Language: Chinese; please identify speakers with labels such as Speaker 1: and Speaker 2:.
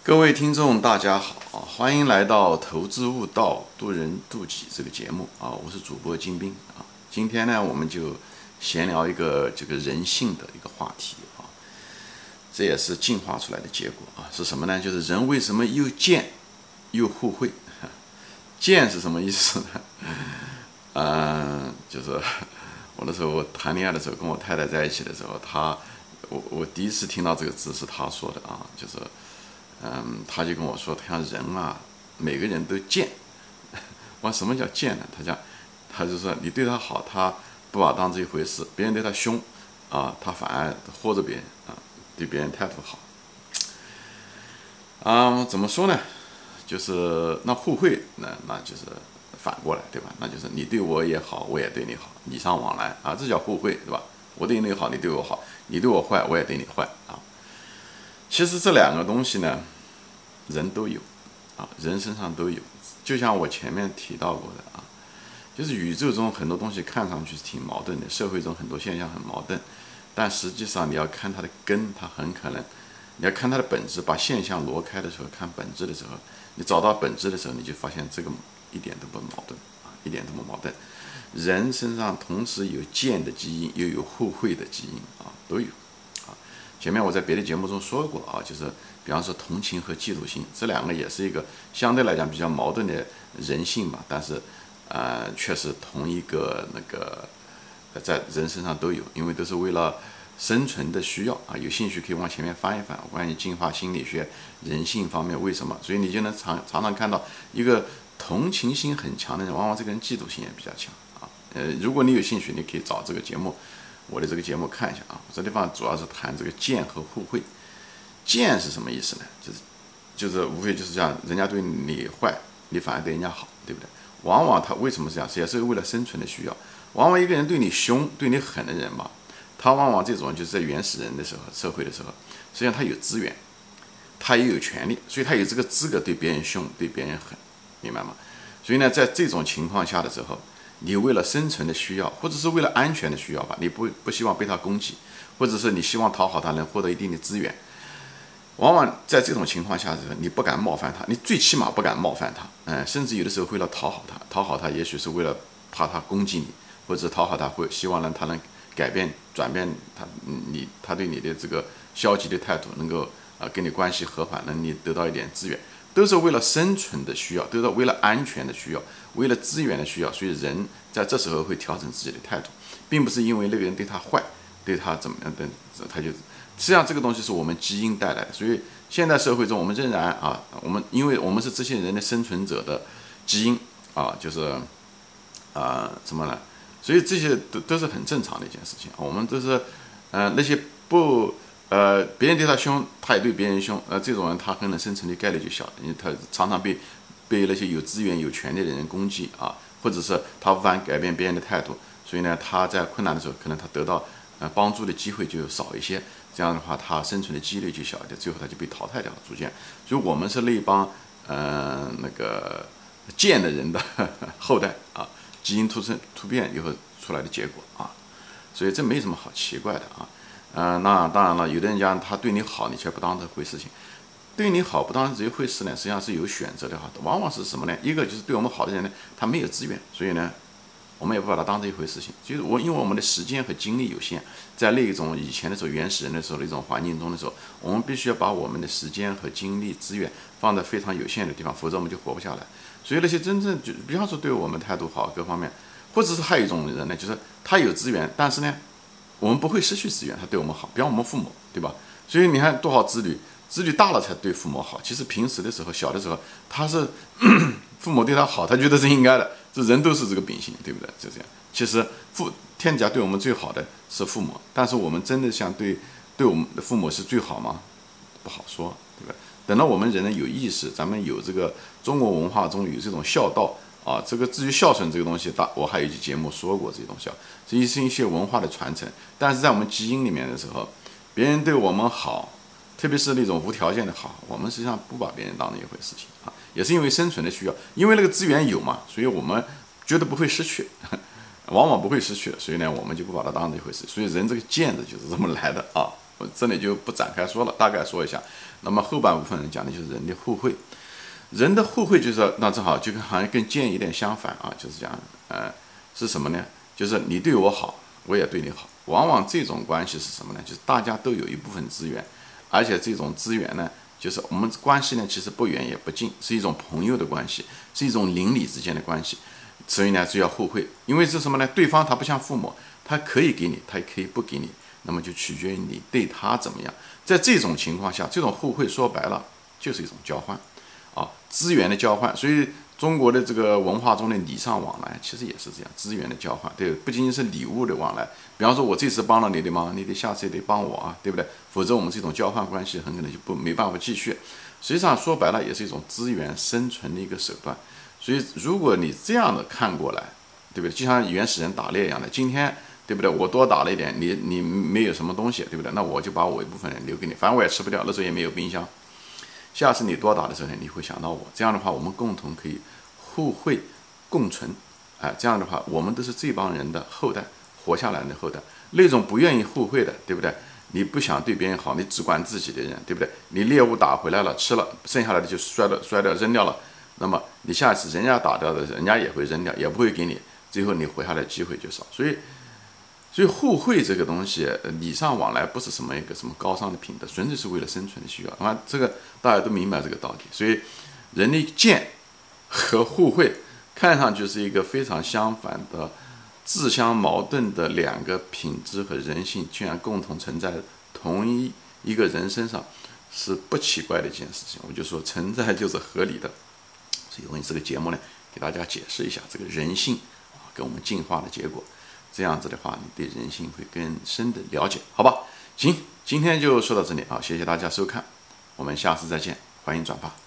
Speaker 1: 各位听众，大家好啊！欢迎来到《投资悟道，渡人渡己》这个节目啊！我是主播金兵啊。今天呢，我们就闲聊一个这个人性的一个话题啊。这也是进化出来的结果啊。是什么呢？就是人为什么又贱又互惠？贱是什么意思呢？就是我那时候谈恋爱的时候，跟我太太在一起的时候，我第一次听到这个字是她说的啊，就是。他就跟我说，他像人啊，每个人都贱。我说什么叫贱呢？他就说你对他好，他不把当这一回事；别人对他凶，啊，他反而豁着别人啊，对别人态度好。怎么说呢？就是那互惠，那就是反过来，对吧？那就是你对我也好，我也对你好，礼尚往来啊，这叫互惠，对吧？我对你好，你对我好；你对我坏，我也对你坏啊。其实这两个东西呢，人都有啊，人身上都有。就像我前面提到过的啊，就是宇宙中很多东西看上去是挺矛盾的，社会中很多现象很矛盾，但实际上你要看它的根，它很可能你要看它的本质，把现象挪开的时候，看本质的时候，你找到本质的时候，你就发现这个一点都不矛盾啊，一点都不矛盾。人身上同时有贱的基因，又有互惠的基因啊，都有。前面我在别的节目中说过啊，就是比方说同情和嫉妒心，这两个也是一个相对来讲比较矛盾的人性嘛，但是却是同一个在人身上都有，因为都是为了生存的需要啊。有兴趣可以往前面翻一翻，关于进化心理学、人性方面为什么，所以你就能常常看到一个同情心很强的人，往往这个人嫉妒心也比较强啊。如果你有兴趣，你可以找这个节目。我的这个节目看一下啊，这地方主要是谈这个贱和互惠。贱是什么意思呢？就是无非就是这样，人家对你坏，你反而对人家好，对不对？往往他为什么这样？也是为了生存的需要。往往一个人对你凶、对你狠的人嘛，他往往这种就是在原始人的时候、社会的时候，实际上他有资源，他也有权利，所以他有这个资格对别人凶、对别人狠，明白吗？所以呢，在这种情况下的时候，你为了生存的需要，或者是为了安全的需要吧，你不希望被他攻击，或者是你希望讨好他，能获得一定的资源。往往在这种情况下的时候，你不敢冒犯他，你最起码不敢冒犯他，甚至有的时候为了讨好他，也许是为了怕他攻击你，或者讨好他会希望让他能转变他对你的这个消极的态度，能够跟你关系和缓，能你得到一点资源。都是为了生存的需要，都是为了安全的需要，为了资源的需要，所以人在这时候会调整自己的态度，并不是因为那个人对他坏，对他怎么样的，他就实际上这个东西是我们基因带来的。所以现代社会中，我们仍然因为我们是这些人的生存者的基因啊，就是什么呢？所以这些都是很正常的一件事情。我们都是那些别人对他凶，他也对别人凶，这种人他可能生存的概率就小，因为他常常被那些有资源、有权利的人攻击啊，或者是他无法改变别人的态度，所以呢，他在困难的时候，可能他得到帮助的机会就少一些，这样的话，他生存的几率就小一点，最后他就被淘汰掉了，逐渐。所以我们是那帮贱的人的后代啊，基因突变以后出来的结果啊，所以这没什么好奇怪的啊。那当然了，有的人讲他对你好，你却不当这回事情。对你好不当这一回事呢，实际上是有选择的哈。往往是什么呢？一个就是对我们好的人呢，他没有资源，所以呢，我们也不把它当这一回事情。就是因为我们的时间和精力有限，在那一种以前的时候、原始人的时候的一种环境中的时候，我们必须要把我们的时间和精力资源放在非常有限的地方，否则我们就活不下来。所以那些真正就比方说对我们态度好各方面，或者是还有一种人呢，就是他有资源，但是呢，我们不会失去资源，他对我们好，比方我们父母，对吧？所以你看多少子女大了才对父母好，其实平时的时候，小的时候，他是父母对他好，他觉得是应该的，这人都是这个秉性，对不对？就这样。其实天底下对我们最好的是父母，但是我们真的像对我们的父母是最好吗？不好说，对吧？等到我们人有意识，咱们有这个中国文化中有这种孝道啊，这个至于孝顺这个东西，我还有一期节目说过这些东西，这是一些文化的传承。但是在我们基因里面的时候，别人对我们好，特别是那种无条件的好，我们实际上不把别人当成一回事情啊，也是因为生存的需要，因为那个资源有嘛，所以我们觉得不会失去，往往不会失去，所以呢，我们就不把它当成一回事。所以人这个贱字就是这么来的啊。 我这里就不展开说了，大概说一下。那么后半部分讲的就是人的互惠，人的互惠就是说那正好就好像跟剑有点相反啊，就是讲是什么呢？就是你对我好，我也对你好。往往这种关系是什么呢？就是大家都有一部分资源，而且这种资源呢，就是我们关系呢，其实不远也不近，是一种朋友的关系，是一种邻里之间的关系。所以呢，就要互惠，因为是什么呢？对方他不像父母，他可以给你，他也可以不给你，那么就取决于你对他怎么样。在这种情况下，这种互惠说白了就是一种交换，资源的交换。所以中国的这个文化中的礼尚往来，其实也是这样，资源的交换，对，不仅仅是礼物的往来。比方说，我这次帮了你的忙，你得下次也得帮我啊，对不对？否则我们这种交换关系很可能就没办法继续。实际上说白了，也是一种资源生存的一个手段。所以，如果你这样的看过来，对不对？就像原始人打猎一样的，今天对不对？我多打了一点，你没有什么东西，对不对？那我就把我一部分人留给你，反正我也吃不掉，那时候也没有冰箱。下次你多打的时候呢，你会想到我。这样的话，我们共同可以互惠共存，这样的话，我们都是这帮人的后代，活下来的后代。那种不愿意互惠的，对不对？你不想对别人好，你只管自己的人，对不对？你猎物打回来了，吃了，剩下来的就摔掉扔掉了。那么你下次人家打掉的，人家也会扔掉，也不会给你，最后你活下来机会就少。所以互惠这个东西，礼尚往来不是什么一个什么高尚的品德，纯粹是为了生存的需要。这个大家都明白这个道理。所以人的贱和互惠看上去是一个非常相反的、自相矛盾的两个品质和人性，居然共同存在同一个人身上，是不奇怪的一件事情。我就说存在就是合理的。所以用这个节目呢，给大家解释一下这个人性跟我们进化的结果。这样子的话，你对人性会更深的了解，好吧？行，今天就说到这里啊，谢谢大家收看，我们下次再见，欢迎转发。